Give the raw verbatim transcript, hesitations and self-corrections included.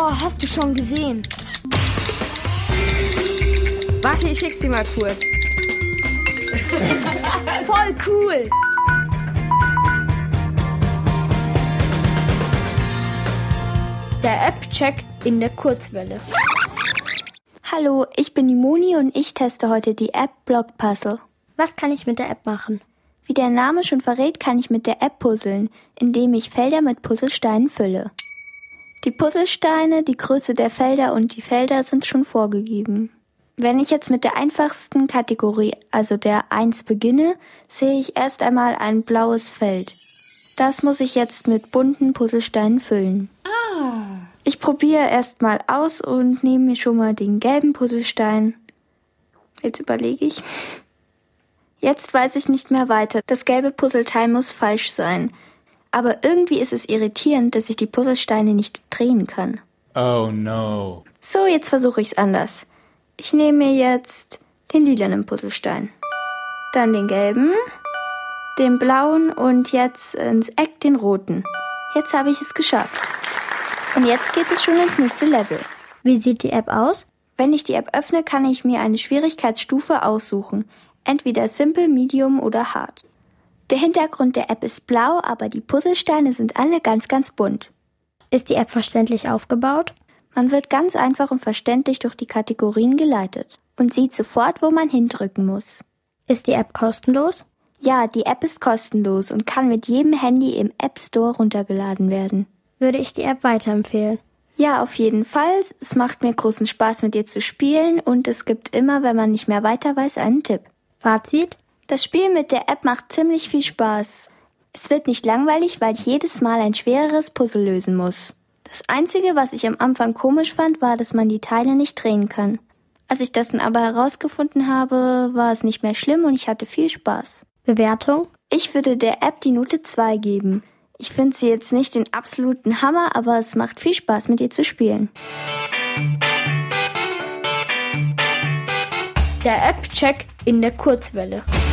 Oh, hast du schon gesehen? Warte, ich schick's dir mal kurz. Voll cool! Der App-Check in der Kurzwelle. Hallo, ich bin die Moni und ich teste heute die App Block Puzzle. Was kann ich mit der App machen? Wie der Name schon verrät, kann ich mit der App puzzeln, indem ich Felder mit Puzzlesteinen fülle. Die Puzzlesteine, die Größe der Felder und die Felder sind schon vorgegeben. Wenn ich jetzt mit der einfachsten Kategorie, also der eins, beginne, sehe ich erst einmal ein blaues Feld. Das muss ich jetzt mit bunten Puzzlesteinen füllen. Ah. Ich probiere erst mal aus und nehme mir schon mal den gelben Puzzlestein. Jetzt überlege ich. Jetzt weiß ich nicht mehr weiter. Das gelbe Puzzleteil muss falsch sein. Aber irgendwie ist es irritierend, dass ich die Puzzlesteine nicht drehen kann. Oh no. So, jetzt versuche ich es anders. Ich nehme mir jetzt den lilanen Puzzlestein. Dann den gelben, den blauen und jetzt ins Eck den roten. Jetzt habe ich es geschafft. Und jetzt geht es schon ins nächste Level. Wie sieht die App aus? Wenn ich die App öffne, kann ich mir eine Schwierigkeitsstufe aussuchen. Entweder Simple, Medium oder Hard. Der Hintergrund der App ist blau, aber die Puzzlesteine sind alle ganz, ganz bunt. Ist die App verständlich aufgebaut? Man wird ganz einfach und verständlich durch die Kategorien geleitet und sieht sofort, wo man hindrücken muss. Ist die App kostenlos? Ja, die App ist kostenlos und kann mit jedem Handy im App Store runtergeladen werden. Würde ich die App weiterempfehlen? Ja, auf jeden Fall. Es macht mir großen Spaß, mit ihr zu spielen und es gibt immer, wenn man nicht mehr weiter weiß, einen Tipp. Fazit? Das Spiel mit der App macht ziemlich viel Spaß. Es wird nicht langweilig, weil ich jedes Mal ein schwereres Puzzle lösen muss. Das Einzige, was ich am Anfang komisch fand, war, dass man die Teile nicht drehen kann. Als ich das dann aber herausgefunden habe, war es nicht mehr schlimm und ich hatte viel Spaß. Bewertung? Ich würde der App die Note zwei geben. Ich finde sie jetzt nicht den absoluten Hammer, aber es macht viel Spaß, mit ihr zu spielen. Der App-Check in der Kurzwelle.